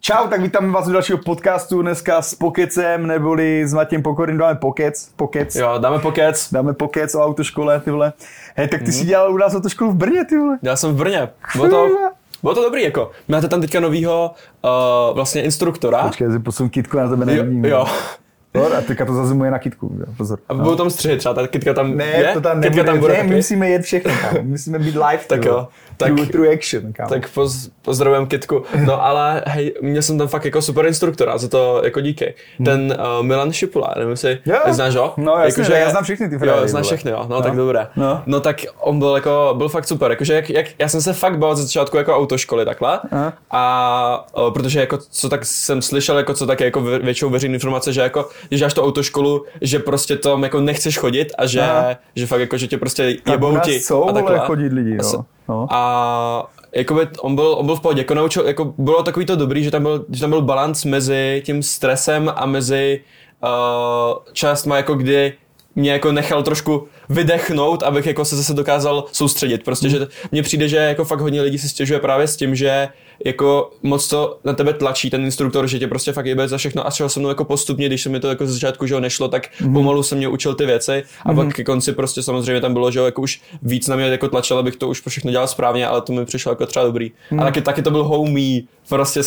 Čau, tak vítáme vás u dalšího podcastu dneska s Pokecem, neboli s Matějem Pokorným dáme Pokec. Jo, dáme pokec o autoškole, ty vole. Hej, tak ty jsi dělal u nás autoškolu v Brně, ty vole. Já jsem v Brně. Bylo to dobrý, jako. Máte tam teďka novýho vlastně instruktora. Počkej, já si posun kytku, na tebe nevidím. Jo. A teďka to zazumuje na kytku, jo, pozor. A budou tam střihy třeba, ta kytka tam je? To tam kytka nebude, tam bude my musíme jet všechno, kámo. Musíme být live, tak jo. True action, kámo. Tak pozdravujem kytku. No ale hej, měl jsem tam fakt jako super instruktora, za to jako díky. Ten Milan Šipula, nevím jestli znáš ho? No jasně, jako, já znám všechny ty frajery. Jo, znáš všechny, jo, no tak dobré. No tak on byl fakt super, jakože já jsem se fakt bál ze začátku jako autoškoly takhle. A protože jako co tak jsem slyšel, jako co tak jako většinou veřejné informace, že jako když dáš to autoškolu, že prostě to jako nechceš chodit a že fakt jako že tě prostě jebou ti a takhle chodit lidi, jo. No. A jakoby on byl v pohodě, jako naučil, jako bylo takový to dobrý, že tam byl balans mezi tím stresem a mezi částma, jako kdy mě jako nechal trošku vydechnout, abych jako se zase dokázal soustředit. Prostě, že mně přijde, že jako fakt hodně lidí si stěžuje právě s tím, že jako moc to na tebe tlačí ten instruktor, že tě prostě fakt jebe za všechno a šel se mnou jako postupně, když se mi to jako z začátku, že ho nešlo, tak pomalu se mě učil ty věci a pak ke konci prostě samozřejmě tam bylo, že jako už víc na mě jako tlačil, abych to už všechno dělal správně, ale to mi přišlo jako třeba dobrý. A taky to byl homie, prostě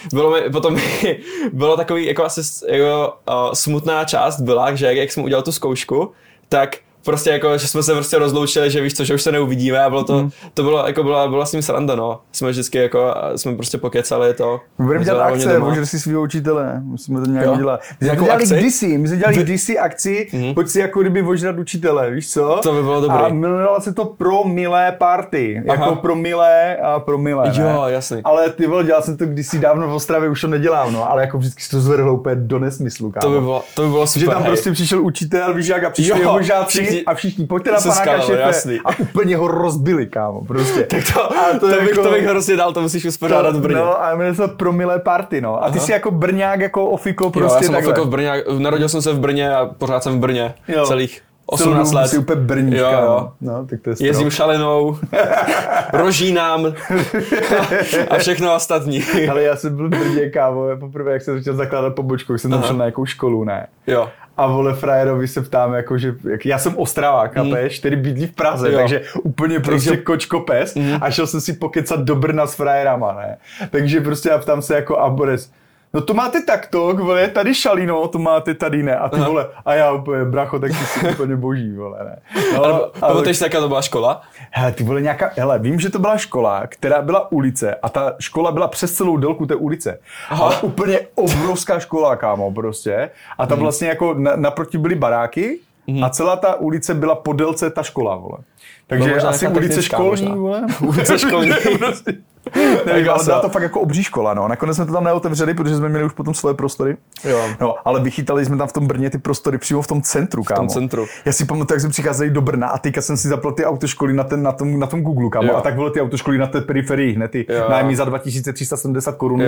bylo takový jako asi jako, smutná část byla, že jak jsme udělali tu zkoušku, tak prostě jako, že jsme se prostě rozloučili, že víš co, že už se neuvidíme a byla s ním sranda, no. Jsme vždycky jako, jsme prostě pokecali to. Budeme dělat akce, možná si svýho učitele, musíme to nějak udělat. My jsme dělali kdysi akci, pojď si jako kdyby ožrat učitele, víš co? To by bylo dobrý. A jmenovalo se to Pro milé party, jako pro milé a pro milé, ne? Jo, jasný. Ale ty vole, dělal jsem to kdysi dávno v Ostravě, už to nedělám, no, ale jako vždycky se to zvedlo úplně do nesmyslu, kámo. To by bylo super. Že tam prostě přišel učitel, víš jak, a přišli jeho žáci a všichni pojďte na panáka šefe a úplně ho rozbili, kámo, prostě. Tak to bych hrozně dal, to musíš uspořádat v Brně. No a jmenuje se Pro milé party, no. A ty jsi jako Brňák, jako ofiko, prostě jo, já jsem takhle. ofiko v Brně, narodil jsem se v Brně a pořád jsem v Brně, celých 18 let. Jsi úplně Brníčka, jo. No, tak to je jezdím šalinou, rožínám a všechno ostatní. Ale já jsem byl v Brně, kámo, poprvé, jak jsem začal zakládat pobočku, jsem tam šel na nějakou školu, ne? Jo. A vole frajerovi se ptám, jako, že já jsem Ostravák, chápeš, který bydlí v Praze, takže úplně prostě kočko pes a šel jsem si pokecat do Brna s frajerama, ne? Takže prostě já ptám se jako Abores, no to máte takto, vole, tady šalino, to máte tady ne. A ty vole, a já úplně, bracho, tak ty jsi úplně boží, vole, ne. No, pamatuješ, jaká to byla škola? Hele, ty vole, vím, že to byla škola, která byla ulice a ta škola byla přes celou délku té ulice. Ale úplně obrovská škola, kámo, prostě. A tam vlastně jako naproti byly baráky a celá ta ulice byla po délce ta škola, vole. Takže asi ulice školní, vole. Ulice školní. Nevím, ale byla to fakt jako obří škola, no. Nakonec jsme to tam neotevřeli, protože jsme měli už potom svoje prostory. Jo. No, ale vychytali jsme tam v tom Brně ty prostory přímo v tom centru, kámo. V tom centru. Já si pamatuju, jak jsme přicházeli do Brna a teďka jsem si zapl ty autoškoly na tom Google, kámo. Jo. A tak byly ty autoškoly na té periferii, hned ty nájmy za 2370 korun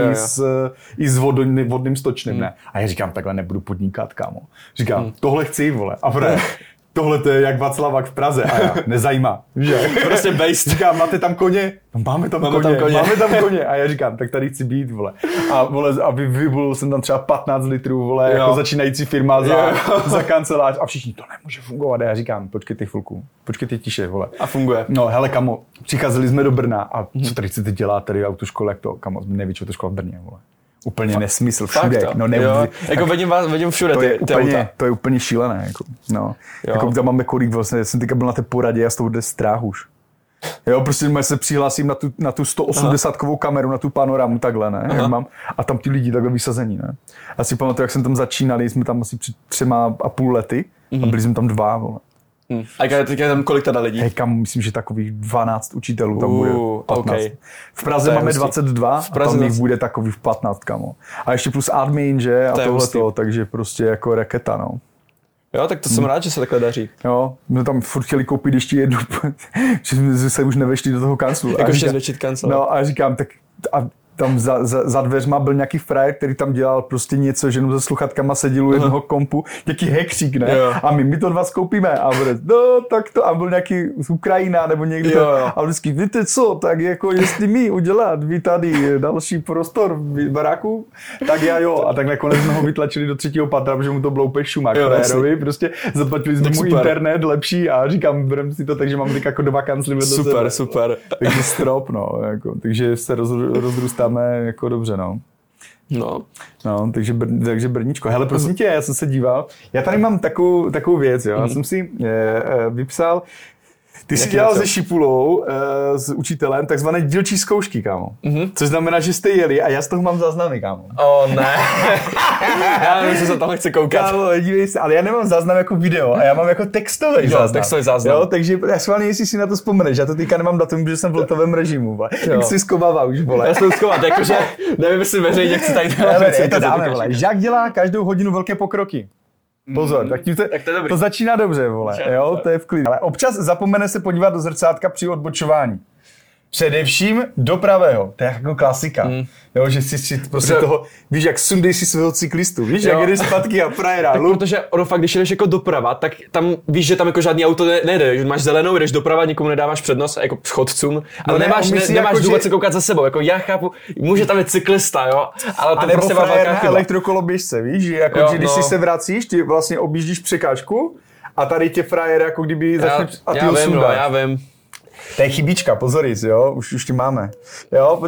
i s vodným stočným, ne. A já říkám, takhle nebudu podnikat, kámo. Říkám, tohle chci, vole. A tohle to je jak Václavák v Praze a já, nezajímá, že? Prostě based. Říkám, máte tam koně? No, máme tam koně. A já říkám, tak tady chci být, vole. A vole, a vyvolil jsem tam třeba 15 litrů, vole, jako začínající firma za kancelář a všichni, to nemůže fungovat. A já říkám, počkejte chvilku, počkejte tiše, vole. A funguje. No, hele, kamo, přicházeli jsme do Brna a co tady chcete dělat, tady autoškole, jak to, kamo, největší autoškola v Brně, vole. Úplně nesmysl všude. Fakt, jako vidím všude ty auta. To je úplně šílené. Jako, no. Jako tam máme kolik vlastně, já jsem teďka byl na té poradě a z toho jde strach už. Jo, prostě se přihlásím na tu 180kovou kameru, na tu panorámu takhle, ne? Jak mám, a tam ti lidi takhle vysazení, ne? Já si pamatuju, jak jsem tam začínali, jsme tam asi před 3,5 lety a byli jsme tam 2, vole. A teďka tam kolik teda lidí? Kam, myslím, že takových 12 učitelů tam bude 15. Okay. V Praze máme 22 a tam jich bude takových 15, kamo. A ještě plus admin, že? A tohleto, takže prostě jako raketa, no. Jo, tak to jsem rád, že se takhle daří. Jo, my tam furt chtěli koupit ještě jednu, že jsme se už nevešli do toho kanclu. Jako ještě zvětšit kancel. No a říkám, tak a tam za dveřma byl nějaký frajer, který tam dělal prostě něco, že jenom se sluchatkama seděl u jednoho kompu, nějaký hekřík, ne? Jo. A my to 2 skoupíme a bude, no tak to, a byl nějaký z Ukrajina nebo někde. Jo. A vždycky, víte co, tak jako jestli mi udělat, vy tady další prostor v baráku, tak já jo. A tak nakonec jsme ho vytlačili do 3. patra, protože mu to bylo úplně šumák frajerovi, prostě zaplatili jsme mu internet lepší a říkám, berem si to, takže mám teď jako 2 kancly vedle sebe. Super. Takže strop, no, jako, takže se rozrůstáme jako dobře, no. No, takže Brníčko. Hele, prosím tě, já jsem se díval, já tady mám takovou věc, jo, já jsem si vypsal, ty jsi dělal se Šipulou, s učitelem, takzvané dílčí zkoušky, kámo. Což znamená, že jste jeli a já z toho mám záznamy, kámo. Ne. Já nevím, že se tam nechci koukat. Kámo, dívej se, ale já nemám záznam jako video a já mám jako textový záznam. Textový záznam. Jo, takže já schválně, jestli si na to vzpomeneš, já to teďka nemám datum, protože jsem v letovém režimu, vole. Jak si zkovává už, vole. Já jsem zkovat, jakože nevím, jestli veřejně chci tady dáme, vole. Žák dělá každou hodinu velké pokroky. Pozor, tak to začíná dobře, vole, jo, to je v klidu. Ale občas zapomene se podívat do zrcátka při odbočování. Především do pravého, to je jako klasika, jo, že si prostě toho, víš, jak sundej si svého cyklistu, víš, jak jdeš zpátky a frajera. Protože ono fakt, když jdeš jako doprava, tak tam víš, že tam jako žádný auto nejde, že máš zelenou, jdeš doprava, nikomu nedáváš přednost, jako chodcům, ale nemáš jako, důvod se koukat za sebou, jako já chápu, může tam být cyklista, jo, ale to prostě má velká chyba. Elektrokoloběžce, víš, že jako, že když si se vracíš, ty vlastně objíždíš překážku a tady tě frajer jako kdyby začne a ty ho sundáš. Já vím. To je chybička, pozoris, jo, už ti máme. Jo,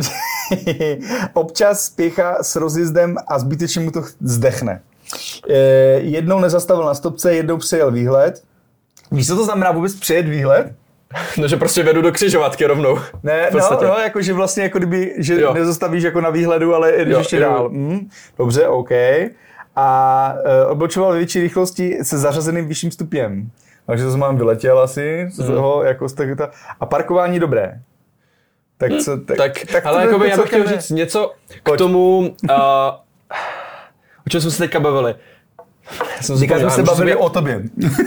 občas spěchá s rozjezdem a zbytečně mu to zdechne. Jednou nezastavil na stopce, jednou přejel výhled. Víš, co to znamená vůbec přejet výhled? No, že prostě vedu do křižovatky rovnou. Ne, no, jako že vlastně jako kdyby, že nezastavíš jako na výhledu, ale jdeš ještě dál. Dobře, OK. A odbočoval ve větší rychlosti se zařazeným vyšším stupněm. Takže to jsem mám vyletěl asi z toho, jako a parkování dobré. Tak co, tak ale jakoby já bych chtěl říct něco k tomu, o čem jsme se teďka bavili. Říká, jsme se bavili o tobě.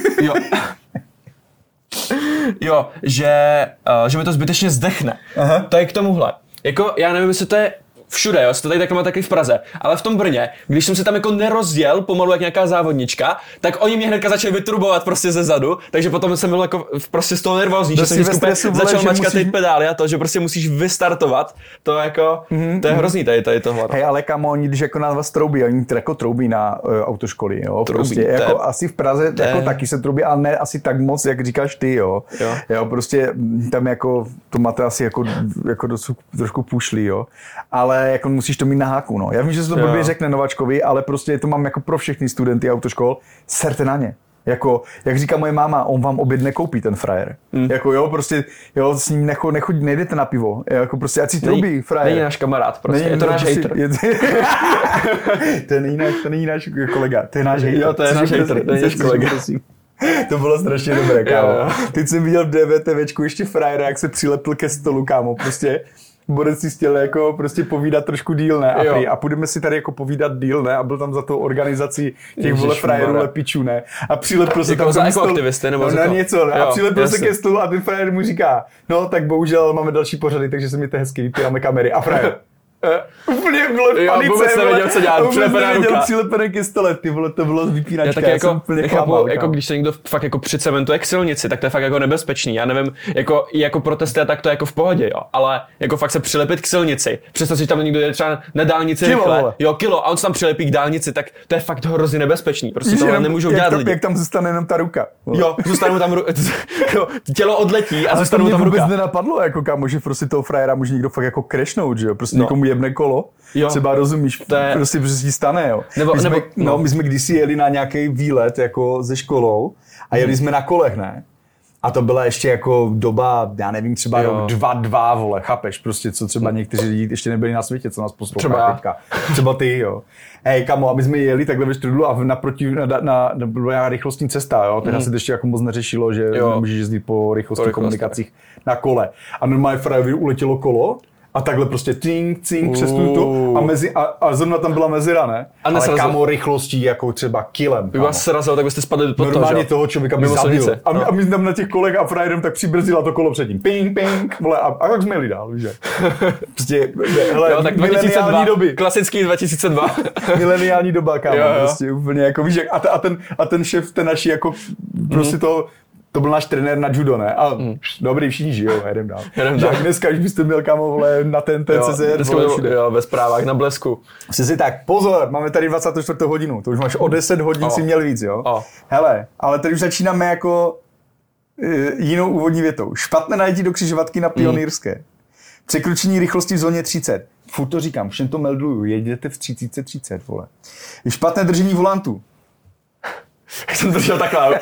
Jo, že mi to zbytečně zdechne. Aha. To je k tomuhle. Jako, já nevím, jestli to je všude, jo, to tady takhle má taky v Praze, ale v tom Brně, když jsem se tam jako nerozjel pomalu jak nějaká závodnička, tak oni mě hnedka začali vytrubovat prostě ze zadu, takže potom jsem byl jako prostě z toho nervózní, že jsem vždycky začal mačkat ty pedály a to, že prostě musíš vystartovat, to jako, to je hrozný tady tohle. Hej, ale kamo, oni když jako na vás troubí, oni jako troubí na autoškoly, jo, prostě jako asi v Praze jako taky se troubí, ale ne asi tak moc, jak říkáš ty, jo, prostě tam jako, to máte asi jako dosud trošku pušlí, jo, ale jako musíš to mít na háku, no. Já vím, že se to blbě řekne nováčkovi, ale prostě to mám jako pro všechny studenty autoškol, serte na ně. Jako, jak říká moje máma, on vám oběd nekoupí, ten frajer. Jako jo, prostě, jo, s ním nejdete na pivo. Jako prostě, ať si troubí frajer. Není náš kamarád, prostě, je to náš hater. To není náš kolega, to je náš hater. Jo, to je náš hater, to je náš kolega. To bylo strašně dobré, kámo. Teď jsem viděl v DVTVčku ještě frajera, jak se přilepil ke stolu, kámo, prostě. Borec si chtěl jako prostě povídat trošku díl, ne? A půjdeme si tady jako povídat díl, ne? A byl tam za tou organizací těch vole frajerů lepičů, ne? A přilepil se tam za ekoaktivisty nebo za něco, ne? A přilepil se ke stolu a ten frajer mu říká, no tak bohužel máme další pořady, takže se mějte hezky, vypíráme kamery. A frajer úplně bylo v panice, vůbec nevěděl, co dělat, přilepené ke stole, ty vole, to bylo z vypínačka, já tak jako, nechápu, jako když se někdo fakt jako přicementuje k silnici, tak to je fakt jako nebezpečný, já nevím, jako protesty a tak to je jako v pohodě, jo, ale jako fakt se přilepit k silnici, představ si, že tam někdo jde třeba na dálnici rychle, kilo, a on se tam přilepí k dálnici, tak to je fakt hrozně nebezpečný, prostě tohle nemůžou dělat lidi. Jak tam zůstane jenom ta ruka. Jo, zůstane mu tam tělo odletí a zůstane mu tam ruka. Ale to mě vůbec nenapadlo, jako kámo, že prostě toho frajera může někdo fakt jako crashnout, že jo, prostě někomu jebne kolo, třeba rozumíš, prostě přesně stane, jo. My jsme kdysi jeli na nějaký výlet jako se školou a jeli jsme na kolech, ne? A to byla ještě jako doba, já nevím, třeba rok 2, vole, chápeš, prostě co třeba někteří lidi ještě nebyli na světě, co nás poslouchají teďka. Třeba ty, jo. Hej, kamo, aby jsme jeli takhle ve Štrudlu a naproti byla rychlostní cesta, jo. Teda se to ještě jako moc neřešilo, že nemůžeš jezdit po rychlosti komunikacích na kole. A normálně frajerovi uletělo kolo A takhle prostě cink, přestup to a zrovna tam byla mezera, ne? Ale kámo rychlostí jako třeba kilem. By vás srazil, tak byste spadli pod to, normálně toho člověka by zabil. A my tam na těch kolech a frajerem tak přibrzdila to kolo předtím. Ping, vole, a tak jsme jeli dál, víš že? Prostě, hele, jo, tak 2002, doby. Klasický 2002. Mileniální doba, kámo, prostě úplně jako, víš, a ten šéf, ten naší jako, prostě to byl náš trenér na judo, ne? A dobrý, všichni žijou, jedem dál. Tak dneska, když byste měl, kámo, vole, na ten CCR, jo, ve zprávách na Blesku. Si tak, pozor, máme tady 24. hodinu, to už máš o 10 hodin si měl víc, jo? Hele, ale tady už začínáme jako jinou úvodní větou. Špatné najetí do křižovatky na Pionýrské. Překročení rychlosti v zóně 30. Furt to říkám, všem to melduju, jeděte v 30, vole. Špatné držení volantu. Jak jsem držel takhle.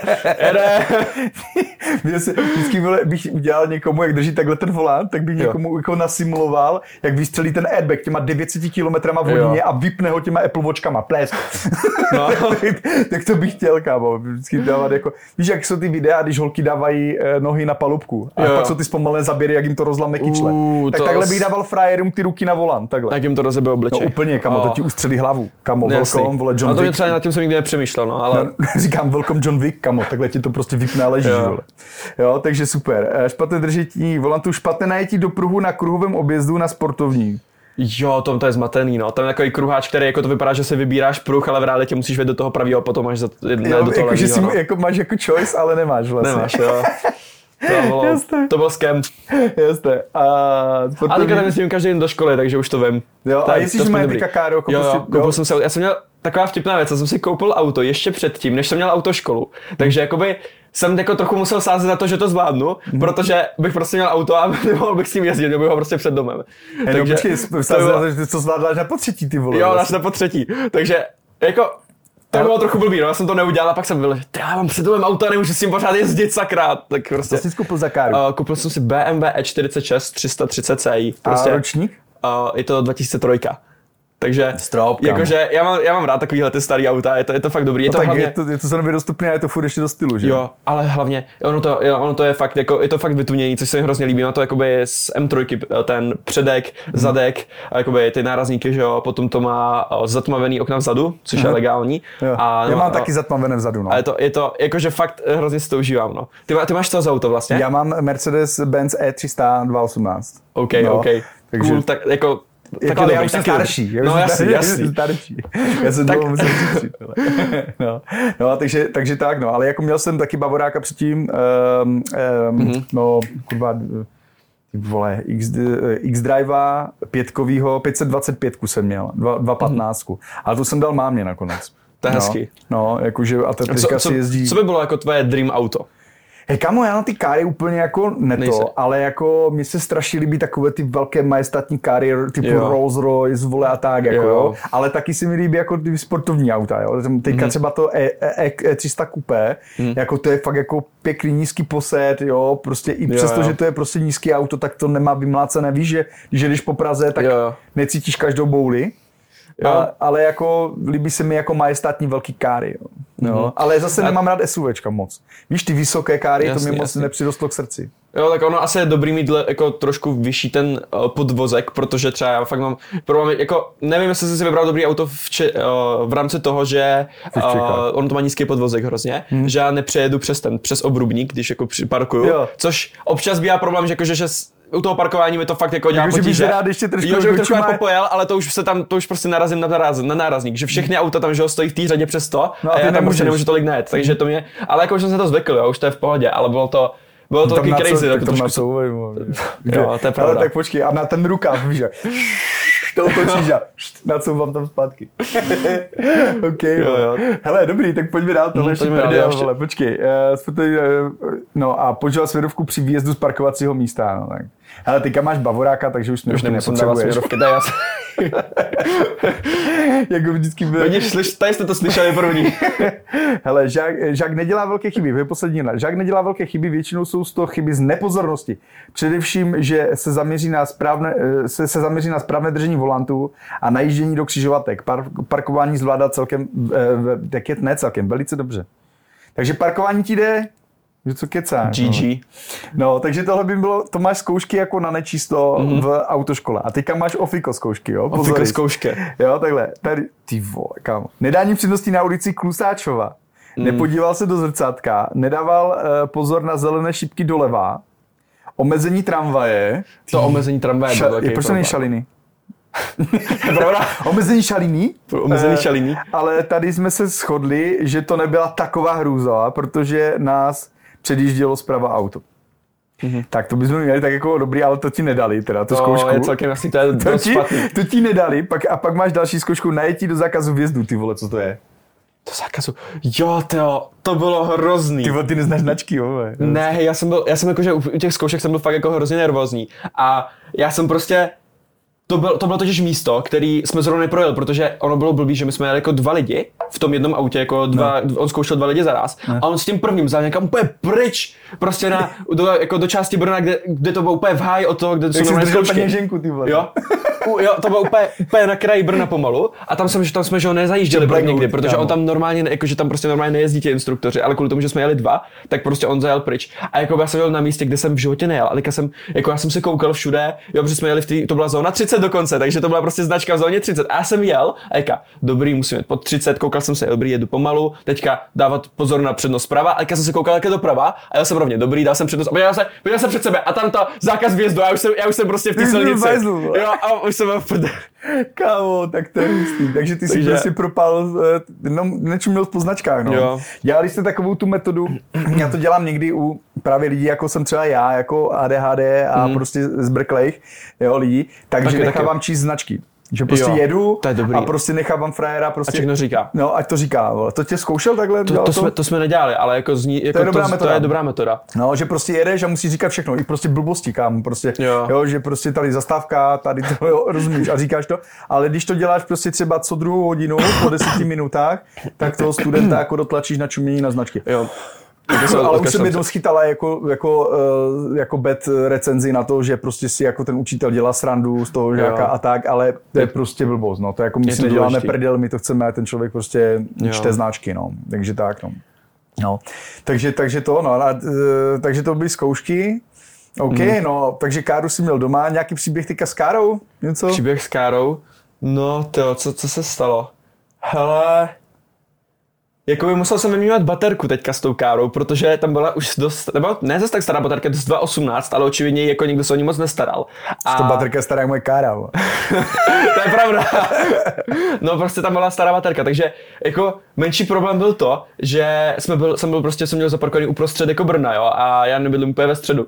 Vždycky bych udělal někomu, jak drží takhle ten volant, tak bych někomu jako nasimuloval, jak vystřelí ten airbag těma 900 km v hodině a vypne ho těma Apple Watchkama. Plesk. No. Tak to bych chtěl, kámo. Vždycky dávat jako... Víš, jak jsou ty videa, když holky dávají nohy na palubku. A pak jsou ty zpomalené zaběry, jak jim to rozlame kyčle. Tak takhle bych dával frajerům ty ruky na volant. Takhle. Jak jim to rozebe obličej. No úplně, kámo, to ti ustřelí hlavu. Kámo, velkom, vole, John Wick. A to mě třeba nad tím jsem nikdy nepřemýšlel, no, ale... Říkám, welcome John Wick, kamo, takhle ti to prostě vypne a ležíš, vole. Jo, takže super. Špatné držení volantu, špatné najetí do pruhu na kruhovém objezdu na sportovní. Jo, to je zmatený, no. Tam je takový kruháč, který jako to vypadá, že si vybíráš pruh, ale v realitě musíš vjet do toho pravýho a potom máš do toho levýho, že si jako máš jako choice, ale nemáš vlastně. Nemáš, jo. To byl scam. Jasně. A teďka tam jezdím každý den do školy, takže už to vím. Jo, a jestli máš teďka káro, koupil jsem se, já jsem měl taková vtipná věc, já jsem si koupil auto ještě předtím, než jsem měl autoškolu. Takže jakoby jsem jako trochu musel sázet na to, že to zvládnu, protože bych prostě měl auto a nemohl bych s tím jezdit, bych ho prostě před domem. Takže to zvládláš na potřetí, ty vole. Jo, na potřetí. Takže jako to bylo trochu blbý, no, já jsem to neudělal a pak jsem byl, já mám před domem auto a nemůžu s tím pořád jezdit sakrát. Tak prostě. Co jsi koupil za káru? Koupil jsem si BMW E46 330 Ci. Prostě, a ročník? Je to 2003. Takže jakože já mám rád takovýhle ty starý auta, je to fakt dobrý. Je to tak hlavně, je to cenově dostupné a je to furt ještě do stylu, že? Jo, ale hlavně ono to je fakt jako je to fakt vytunění, což se mi hrozně líbí. Má to jakoby z M3 ten předek, zadek, a jakoby ty nárazníky, že jo, potom to má zatmavený okna vzadu, což je legální. A já mám taky zatmavené vzadu, no. A je to jakože fakt hrozně si to užívám, no. Ty máš to za auto vlastně? Já mám Mercedes-Benz E300 218. OK. Takže cool, tak jako ale já už jsem starší. No jasný. Starší. Já jsem dlouho musel učit. No, takže tak, no. Ale jako měl jsem taky Bavoráka předtím, no, kurva, vole, X-Drive 525 jsem měl, 215. Ale to jsem dal mámě nakonec. To je hezký. No, jakože a teďka si jezdí. Co by bylo jako tvoje dream auto? Hej, kamo, já na ty káry úplně jako ale jako mně se strašně líbí takové ty velké majestátní káry typu Rolls Royce, vole a tak, jako jo. Ale taky se mi líbí jako ty sportovní auta, jo. Teďka třeba to E300 Coupé, jako to je fakt jako pěkný nízký posed, jo, prostě i přesto, že to je prostě nízký auto, tak to nemá vymlácené, víš, že když jdeš po Praze, tak necítíš každou bouli. Ale jako líbí se mi jako majestátní velký káry, jo. Ale zase nemám rád SUVčka moc. Víš, ty vysoké káry, to mi moc nepřirostlo k srdci. Jo, tak ono asi je dobrý mít jako trošku vyšší ten podvozek, protože třeba já fakt mám problém, jako nevím, jestli jsem si vybral dobrý auto v rámci toho, že ono to má nízký podvozek hrozně, že já nepřejedu přes obrubník, když jako parkuju, což občas bývá problém, že u toho parkování mi to fakt jako dělá potíže. Že bych rád ještě trošku jako pojel, ale to už prostě narazím na nárazník, že všechny auta tam, že stojí v té řadě přes to a já tam prostě nemůžu tolik najet, takže to mě, ale jako už jsem se to zvykl, jo, už to je v pohodě, ale bylo to taky crazy. To má souvoj, jo, to je pravda. Ale tak počkej, a na ten rukáv, víš, to otočíš a nacouvám tam zpátky. OK, jo. Hele, dobrý, tak pojďme dál, tohle ještě vole, počkej. No a používal směrovku při výjezdu z parkovacího místa, no tak. Hele, teďka máš Bavoráka, takže už směrovky nepotřebuješ. Jako vždycky bylo. Tady jste to slyšeli první. Hele, Žák nedělá velké chyby, Žák nedělá velké chyby, většinou jsou z toho chyby z nepozornosti. Především, že se zaměří na správné držení volantu a najíždění do křižovatek. Parkování zvládá celkem, velice dobře. Takže parkování ti jde Že co kecáš. GG. No, takže tohle by bylo, to máš zkoušky jako na nečisto v autoškole. A teďka máš ofiko zkoušky, jo? Ofiko zkoušky. Jo, takhle. Tady, ty vole, kámo. Nedání předností na ulici Klusáčova. Nepodíval se do zrcátka, nedával pozor na zelené šipky doleva, omezení tramvaje. To omezení tramvaje bylo taky proč to není šaliny? Pravda? Omezení šaliny. Omezení šaliny. Ale tady jsme se shodli, že to nebyla taková hrůza, protože nás předjíždělo zprava auto. Tak to bychom měli tak jako dobrý, ale to ti nedali, teda tu zkoušku. To je celkem jasný, to je dost špatný. To ti nedali, a pak máš další zkoušku najetí do zákazu vjezdu, ty vole, co to je? Do zákazu. Jo, to bylo hrozný. Ty vole, ty neznáš značky, vole. Ne, já jsem jakože u těch zkoušek jsem byl fakt jako hrozně nervózní. A já jsem prostě, to bylo totiž místo, který jsme zrovna neprojel, protože ono bylo blbý, že my jsme jeli jako 2 lidi v tom jednom autě, jako on zkoušel 2 lidi zaraz. A on s tím prvním vzal někam úplně pryč, prostě do části Brna, kde to bylo úplně v háji od toho, kde jsou normální zkoušky. Peněženku, ty vole. Jo, to bylo úplně na kraji Brna pomalu a tam jsme že ho nezajížděli nikdy, protože on tam normálně, jakože tam prostě normálně nejezdí ti instruktoři, ale kvůli tomu, že jsme jeli 2, tak prostě on zajel pryč. A jako já jsem jel na místě, kde jsem v životě nejel, ale já jsem se koukal všude, jo, protože jsme jeli to byla zóna 30 dokonce, takže to byla prostě značka v zóně 30. A já jsem jel a dobrý, musím jít pod 30, koukal jsem se, dobrý, jedu pomalu, teďka dávat pozor na přednost prava, a já jsem se koukal jak je doprava a jel jsem rovně, dobrý, dal jsem přednost a podíval jsem před sebe a tam to zákaz vjezdu, já už jsem prostě v té silnici. Jo, a už jsem Kámo, tak to je hustý. Takže ty si prostě propal, nečuměl po značkách, no. Jo. Dělali jste takovou tu metodu, já to dělám někdy u právě lidí, jako jsem třeba já, jako ADHD a prostě zbrklejch, jo, lidí, takže nechávám číst značky. Že prostě jedu a prostě nechávám frajera prostě. A všechno říká. No, ať to říká. Vole. To tě zkoušel takhle? To jsme nedělali, ale jako zní, jako to je dobrá metoda. No, že prostě jedeš a musíš říkat všechno. I prostě blbosti, kámo. Prostě, jo, že prostě tady zastávka, tady to, jo, rozumíš a říkáš to. Ale když to děláš prostě třeba co 2 hodinu po 10 minutách, tak toho studenta jako dotlačíš na čumění na značky. Jo. Ale už jsem jednou schytala jako bad recenzi na to, že prostě si jako ten učitel dělá srandu z toho žáka a tak, ale to je prostě blbost, no. To je jako my si neděláme prdel, my to chceme, a ten člověk prostě čte značky, no. Takže tak, no. No. Takže to, no. Takže to byly zkoušky. OK, no. Takže Káru si měl doma. Nějaký příběh teďka s Károu? Něco? Příběh s Károu? No, co se stalo? Hele... Jakoby musel jsem vyměňovat baterku teďka s tou Károu, protože tam byla už dost, nebo ne zase tak stará baterka, to je 2.18, ale očividně jako nikdo se o ní moc nestaral. A... To baterka je stará jak moje Kára. To je pravda. No prostě tam byla stará baterka, takže jako menší problém byl to, že jsem měl zaparkovaný uprostřed jako Brna, jo, a já nebydlím úplně ve středu,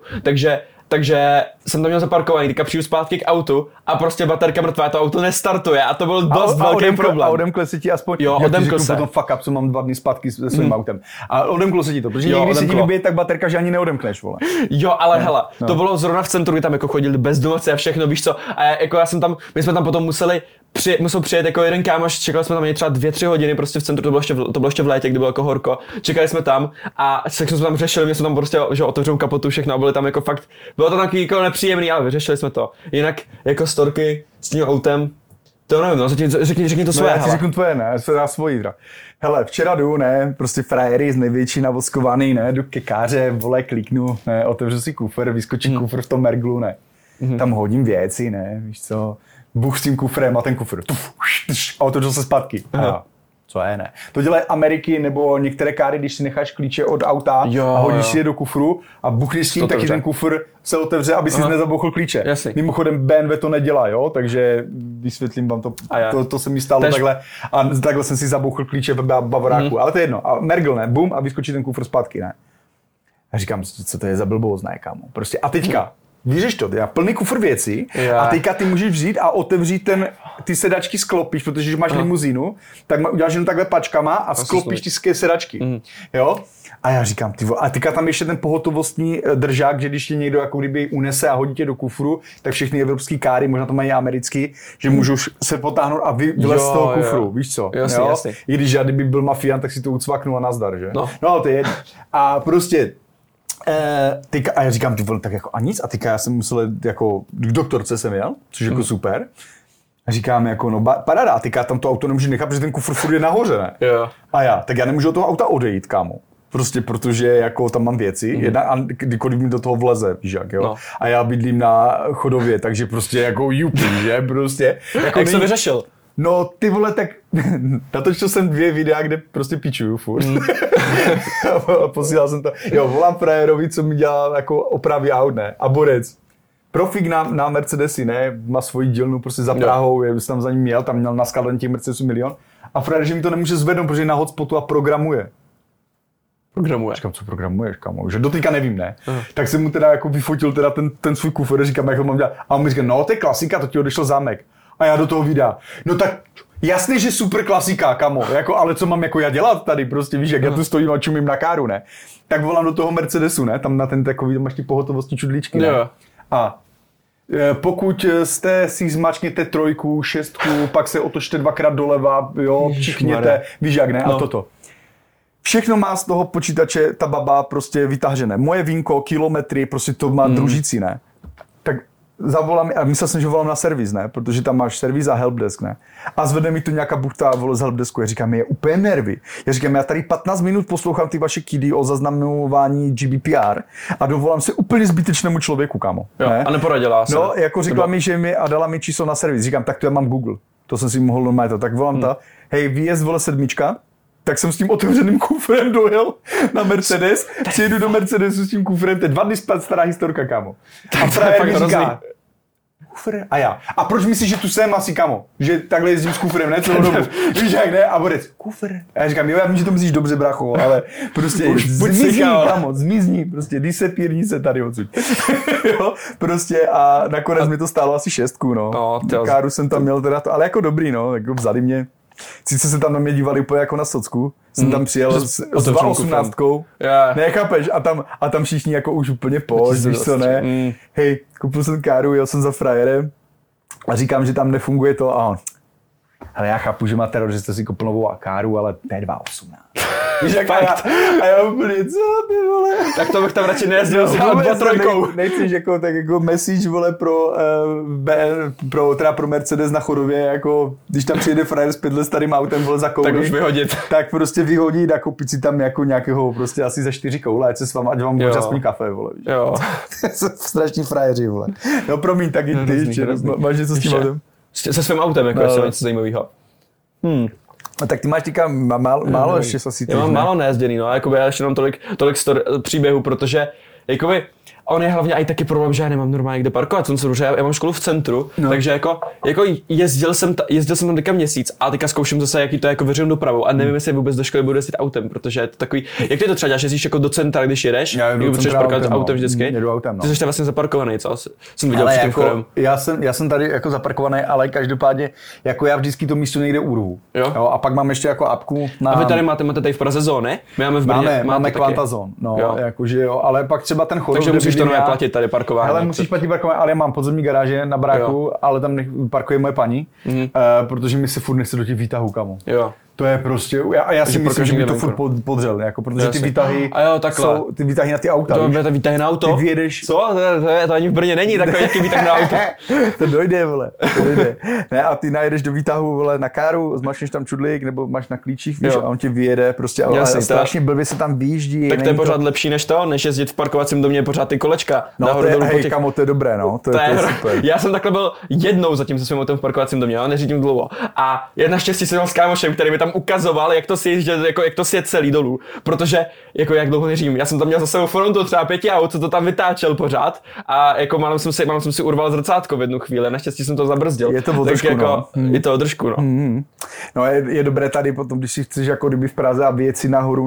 takže jsem tam měl zaparkovaný, teďka přijdu zpátky k autu a prostě baterka mrtvá, to auto nestartuje a to byl dost velký problém. A odemklo se ti aspoň, jo, odemklo se. Potom fuck up, co mám 2 dny zpátky se svým autem. A odemklo se ti to, protože někdy se ti vybije tak baterka, že ani neodemkneš, vole. Jo, ale hele, to bylo zrovna v centru, kdy tam jako chodili bezdomovci a všechno, víš co, a my jsme tam potom musel přijet jako jeden kámoš, čekali jsme tam třeba 2-3 hodiny prostě v centru, to bylo ještě v létě, kdy bylo jako horko, čekali jsme tam a všechno jsme tam řešili, my jsme tam prostě, že otevřou kapotu, všechno a byli tam jako fakt, bylo to takový jako nepříjemný, ale vyřešili jsme to. Jinak jako storky s tím autem, to nevím, no, řekni to svoje. Já ti řeknu tvoje, ne, já dá svojí, teda. Hele, včera jdu, ne, prostě frajery z největší navoskovaný, ne, jdu ke Káře, vole, kliknu, ne, otevřu si kufr, vyskočí kufr v tom merglu, ne. Tam hodím věci, ne, víš co, buch s tím kufrem a ten kufr, a otevřu se zpátky. Co je, ne. To dělají Ameriky nebo některé káry, když si necháš klíče od auta a hodíš si je do kufru a buchneš s tím, taky ten kufr se otevře, aby si nezabouchl klíče. Jasný. Mimochodem BMW to nedělá, jo, takže vysvětlím vám to. To se mi stalo takhle a takhle jsem si zabouchl klíče v bavoráku, ale to je jedno. A mergl, ne, bum a vyskočí ten kufr zpátky, ne. A říkám, co to je za blbost, ne, kámo. Prostě a teďka víš to, já plný kufr věcí a teďka ty můžeš vzít a otevřít ty sedačky sklopíš, protože když máš limuzínu, tak uděláš jenom takhle pačkama a sklopíš ty sedačky, jo? A já říkám, a teďka tam ještě ten pohotovostní držák, že když tě někdo jako kdyby unese a hodí tě do kufru, tak všechny evropský káry, možná to mají americký, že můžou se potáhnout a vylez z toho kufru, víš co? Jasný. I když já kdyby byl mafián, tak si to ucvaknu a nazdar, že? No to je jedno. A prostě a já říkám, ty vole, tak jako a nic. A teďka já jsem musel jako k doktorce jsem jel, což jako super. A říkám jako, no paráda, a teďka tam to auto nemůžu nechat, protože ten kufr furt je nahoře, ne? Jo. A tak já nemůžu od toho auta odejít, kámo. Prostě protože jako tam mám věci, kdykoliv mi do toho vleze, víš jak, jo. No. A já bydlím na Chodově, takže prostě jako jupi, že, prostě. Jako jak jsi to vyřešil? No ty vole, tak natočil jsem 2 videa, kde prostě pičuju furt. A posílal jsem to. Jo, volám frajerovi, co mi dělá jako opravy aut, ne? A borec. Profík na Mercedesy, ne? Má svoji dílnu prostě za Prahou, já jsem tam za ním jel, tam měl na skladání těch Mercedesů 1 000 000. A frajer, že mi to nemůže zvednout, protože je na hotspotu a programuje. Říkám, co programuješ, kamo? Že dotýka nevím, ne? Tak jsem mu teda jako vyfotil teda ten svůj kufr, říkám, jak ho mám dělat. A on mi říká, no to je klasika, to ti odešel zámek. A já do toho videa. No tak jasně, že super klasika, kamo, jako, ale co mám jako já dělat tady, prostě víš, jak já tu stojím a čumím na káru, ne? Tak volám do toho Mercedesu, ne? Tam na ten takový, tam máš ty pohotovosti čudlíčky, ne? Jo. A pokud jste si zmačkněte 3, 6, pak se otočte 2krát doleva, jo, přichněte, víš jak, ne? A toto. Všechno má z toho počítače ta baba prostě vytažené. Moje vínko, kilometry, prostě to má družící, ne? Tak zavolám, a myslel jsem, že volám na servis, ne? Protože tam máš servis a helpdesk, ne? A zvedne mi tu nějaká buchta z helpdesku. Já říkám, je úplně nervy. Já říkám, já tady 15 minut poslouchám ty vaše kidy o zaznamování GDPR a dovolám se úplně zbytečnému člověku, kámo. Jo, ne? A neporadila se. No, jako řekla mi, že mi a dala mi číslo na servis. Říkám, tak to já mám Google. To jsem si mohl normálně to. Tak volám ta, hej, výjezd vole 7. Tak jsem s tím otevřeným kufrem dojel na Mercedes, přijedu do Mercedesu s tím kufrem, to je 2 dny stará historka, kámo. A frajer mi říká, kufr? A já. A proč myslíš, že tu jsem asi, kamo? Že takhle jezdím s kufrem, ne? Celou dobu. Víš jak, ne? A borec, kufr? A já říkám, jo, já vím, že to myslíš dobře, bracho, ale prostě zmizní, kamo, zmizní, prostě, disapírni se tady odsud. Jo, prostě a nakonec mi to stálo asi 6, no. Káru jsem tam měl teda to, ale jako dobrý, no, jako vzali mě. Sice se tam na mě dívali úplně jako na socku, jsem tam přijel s 2.18, nechápeš, a tam všichni jako už úplně víš co, ne, hej, koupil jsem káru, jel jsem za frajerem a říkám, že tam nefunguje to a on, ale já chápu, že máte rod, že jste si koupil novou káru, ale to je 2.18. Víš, jak a já úplně, co ty vole? Tak to bych tam radši nejezdil s 2.3. Nechceš jako, tak jako message, vole, pro Mercedes na Chodově, jako, když tam přijede frajer s 5 let starým autem, vole, za kouli. Tak už vyhodit. Tak prostě vyhodit a koupit si tam jako nějakého, prostě asi za 4 koule, ať vám bude aspoň kafe, vole. Víš. Jo. Strašní frajeři, vole. No promiň, tak i ty, máš něco s tím autem? Se svým autem, jako jestli něco zajímavého. No, tak ty máš týka málo ještě asi. Já mám málo nejezděný, no, jakoby já ještě mám tolik příběhů, protože jakoby on je hlavně i taky problém, že já nemám normálně kde parkovat, že já mám školu v centru, takže jako jezdil jsem tam teďka měsíc a teďka zkouším zase, jaký to je jako veřejnou dopravou a nevím, jestli vůbec do školy budu jezdit autem, protože je to takový, jak ty to třeba děláš, jezdíš jako do centra, když jedeš, nebo potřebuješ parkovat autem vždycky, jedu autem, ty jsi tam vlastně zaparkovaný, co? Jsem viděl před tím vchodem. Já jsem tady jako zaparkovaný, ale každopádně jako já vždycky to místo někde urvu. Jo, a pak mám ještě jako apku na... A vy tady máte tady v Praze zóny? My máme v Brně. Máme Quanta Zone, no, jakože jo, ale pak třeba ten Chodov, to neplatit tady parkování. Ale musíš platit parkování, ale já mám podzemní garáže na baráku, ale tam parkuje moje paní, protože mi se furt nechce do těch výtahů, kamo. Jo. To je prostě, já si myslím, že by to furt podřel, jako, protože ty výtahy jsou, ty výtahy na ty auta. To výtahy na auto? Ty vyjedeš. Co? To ani v Brně není takový jaký výtah na auto. To dojde, vole, to dojde. Ne, a ty najedeš do výtahu, vole, na káru, zmačneš tam čudlík, nebo máš na klíčích, víš, a on ti vyjede, prostě, ale strašně blbě se tam výjíždí. Tak to je pořád lepší než jezdit v parkovacím domě pořád ty kolečka. No to je, hej, kamo, to je dobré, no, to je super. Já jsem takhle byl jednou zatím se svým autem v parkovacím domě, ale neřídím dlouho. A jedna štěstí jsem měl s kámošem, který mi tam ukazoval, jak to si je celý dolů, protože jako jak dlouho neřím, já jsem tam měl za sebou frontu třeba 5 aut, co to tam vytáčel pořád a jako málem jsem si urval zrcátko v jednu chvíli, naštěstí jsem to zabrzdil. Je to o držku, jako, no. Je to o držku, no. No je dobré tady potom, když si chceš jako kdyby v Praze a vyjet si nahoru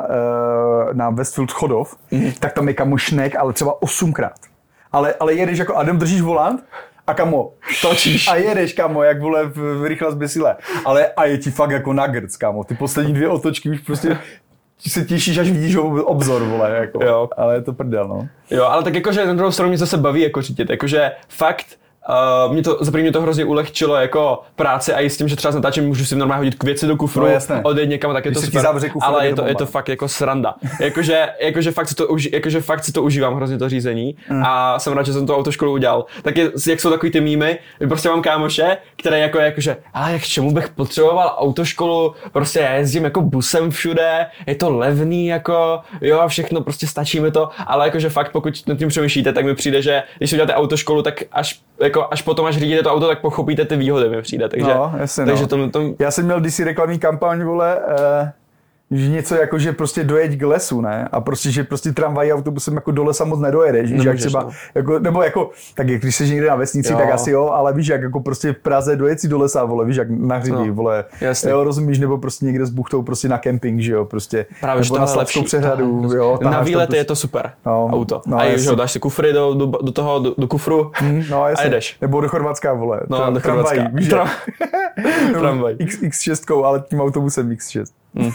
na Westfield Chodov, tak tam je kamošnek, ale třeba 8krát. Ale jedeš jako Adam, držíš volant, a kamo, točíš a jedeš, kamo, jak vole v rychle zběsile. Ale a je ti fakt jako nuggets, kamo. Ty poslední 2 otočky už prostě se těšíš, až vidíš obzor, vole, jako. Jo. Ale je to prdel, no. Jo, ale tak jakože na druhou stranu mě zase baví jako řídit, jakože fakt Mě to hrozně ulehčilo jako práci a i s tím, že třeba s natáčením můžu si normálně hodit věci do kufru, odejít někam, tak je to super, ale je to fakt jako sranda. jakože fakt si to užívám hrozně to řízení a jsem rád, že jsem to autoškolu udělal. Tak jak jsou takový ty mýmy, prostě mám kámoše, které jakože, ale jak čemu bych potřeboval autoškolu, prostě já jezdím jako busem všude, je to levný jako, jo a všechno, prostě stačí mi to, ale jakože fakt pokud nad tím přemýšlíte, tak mi přijde, že když si uděláte autoškolu, tak až potom, až řídíte to auto, tak pochopíte ty výhody, mi přijde, takže, jasně, takže Já jsem měl kdysi reklamní kampaň, vole, že něco jako, že prostě dojeď k lesu, ne? A prostě, že prostě tramvají autobusem jako do lesa moc nedojedeš, víš, jak třeba, jako, nebo jako, tak když jsi někde na vesnici, tak asi jo, ale víš, jak jako prostě v Praze dojet si do lesa, vole, víš, jak na hřiví, vole, jo, rozumíš, nebo prostě někde s buchtou prostě na kemping, že jo, prostě, právě, nebo na Slavskou přehradu, jo. Na výlety je to super, auto. A že jo, dáš si kufry do toho, do kufru a jedeš. Nebo do Chorvatska, vole, do Chorvatska. Tramvaj. X6, ale tím autobusem X6.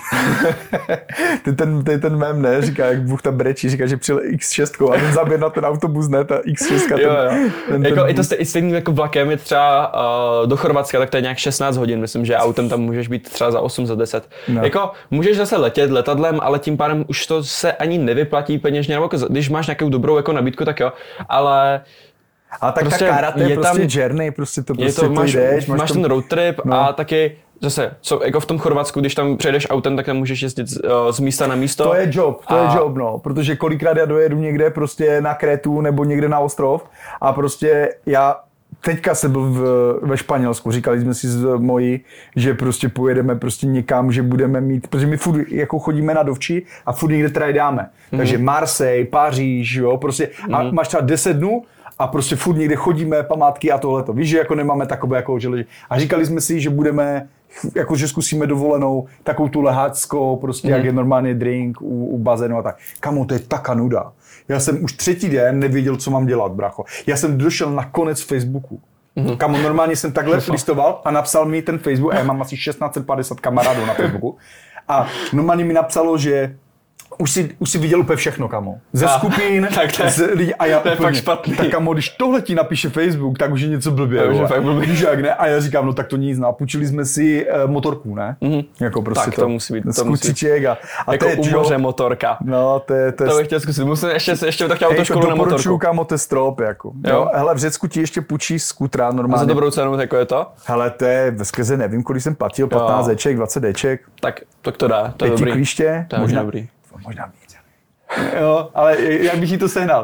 ten mém, ne, říká, jak Bůh tam brečí, říká, že přijel X6 a ten zaběr na ten autobus, ne, ta X6. I to stejný jako vlakem je třeba do Chorvatska, tak to je nějak 16 hodin, myslím, že autem tam můžeš být třeba za 8, za 10. No. Jako můžeš zase letět letadlem, ale tím pádem už to se ani nevyplatí peněžně, nebo když máš nějakou dobrou jako nabídku, tak jo, ale tak prostě ta kára, to je prostě journey, prostě to prostě máš ten road trip a taky zase, jako v tom Chorvatsku, když tam přejdeš autem, tak tam můžeš jezdit z místa na místo. To je job, no, protože kolikrát já dojedu někde prostě na Krétu nebo někde na ostrov a prostě teďka jsem byl ve Španělsku, říkali jsme si s mojí, že prostě pojedeme prostě někam, že budeme mít, protože my furt jako chodíme na dovči a furt někde teda dáme. Takže Marseille, Paříž, jo, prostě a máš třeba 10 dnů a prostě furt někde chodíme, památky a tohleto. Víš, že jako nemáme takové jako želeži. A říkali jsme si, že budeme, jako že zkusíme dovolenou takovou tu leháckou, prostě jak je normálně drink u bazénu a tak. Kamo, to je taká nuda. Já jsem už 3. den nevěděl, co mám dělat, bracho. Já jsem došel na konec Facebooku. Kamo, normálně jsem takhle listoval a napsal mi ten Facebook, a já mám asi 1650 kamarádů na Facebooku. A normálně mi napsalo, že už si viděl úplně všechno, kamo. Ze skupin, z lidí a já to je fakt špatný. Tak kamo, když tohle ti napíše Facebook, tak už je něco blbě. Víš jak, ne? A já říkám, no tak to nic, no a půjčili jsme si motorku, ne? Jako prostě tak to musí být. Skuciček a jako u moře motorka. No, to bych chtěl zkusit. Musím ještě tak autoškolu na motorku. Doporučuju, kamo, to je strop, jako. Jo? Hele, v Řecku ti ještě půjčí skutra normálně. A za dobrou cenu, jako je to? Hele, to je ve skrze, nevím, kolik jsem platil, 15 deček, 20 deček. Tak to dá, to je dobrý. Klíště, to je možná dobrý. Možná víc. Jo, ale jak bych ti to sehnal?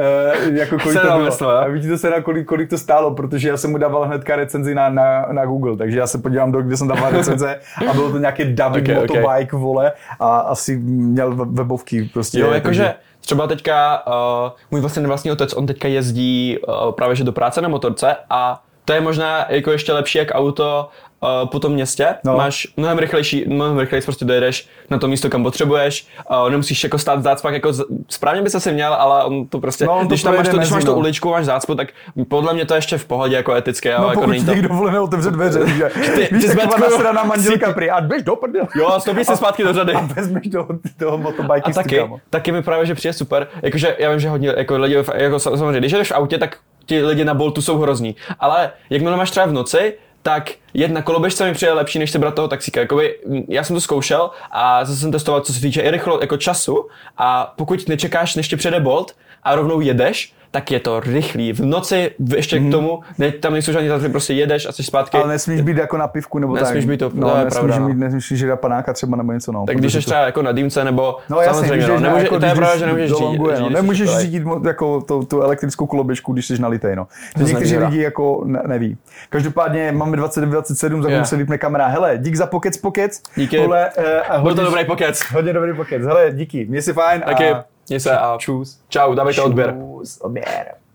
Jako kolik to bylo? Já bych ti to sehnal, kolik to stálo, protože já jsem mu dával hnedka recenzi na Google, takže já se podívám, kde jsem dával recenze a bylo to nějaký David Motobike, vole, a asi měl webovky prostě. Jo, jakože třeba teďka můj vlastní otec, on teďka jezdí právě že do práce na motorce a to je možná jako ještě lepší jak auto po tom městě, máš mnohem rychlejší, prostě dojedeš na to místo, kam potřebuješ, nemusíš jako stát zácpak, jako správně by se si měl, ale on to prostě, když máš tu uličku, máš zácpu, tak podle mě to ještě v pohodě jako etické. No jako pokud ti někdo voleno otevře dveře, že víš, taková nasraná manželka prý, a běž do prdele. Jo, a stoupíš si zpátky do řady. A vezmeš toho motobajky. A taky mi právě, že přijde super, jakože já vím, že hodně jako lidi, jako samozřejmě, když jdeš v autě, tak ti lidi na Boltu jsou hrozní, ale jakmile máš třeba v noci, tak jet na koloběžce mi přijde lepší, než si brát toho taxíka. Jakoby, já jsem to zkoušel a zase jsem testoval, co se týče i rychlo, jako času a pokud nečekáš, než ti přijede Bolt a rovnou jedeš, tak je to rychlý. V noci ještě k tomu, tam nejsou žádný zázraky, prostě jedeš a jsi zpátky. Ale nesmíš být jako na pivku nebo nesmíš tak. Být to, no, je pravda. Nesmíš žít na panáka třeba nebo něco, no. Tak když jsi třeba jako na dýmce nebo samozřejmě, no, nemůže, jako, to je pravda, že nemůžeš řídit. No, nemůžeš řídit jako tu elektrickou koloběžku, když jsi nalitej, no. Někteří lidi jako neví. Každopádně máme 29:27, za chvíli se vypne kamera. Hele, dík za pokec. Díky. Byl to dobrý pokec. Hodně dobrý pokec. Hele, díky. Měj si fajn. Taky. Měj se a čus. Čau, dávejte odběr. Odběr.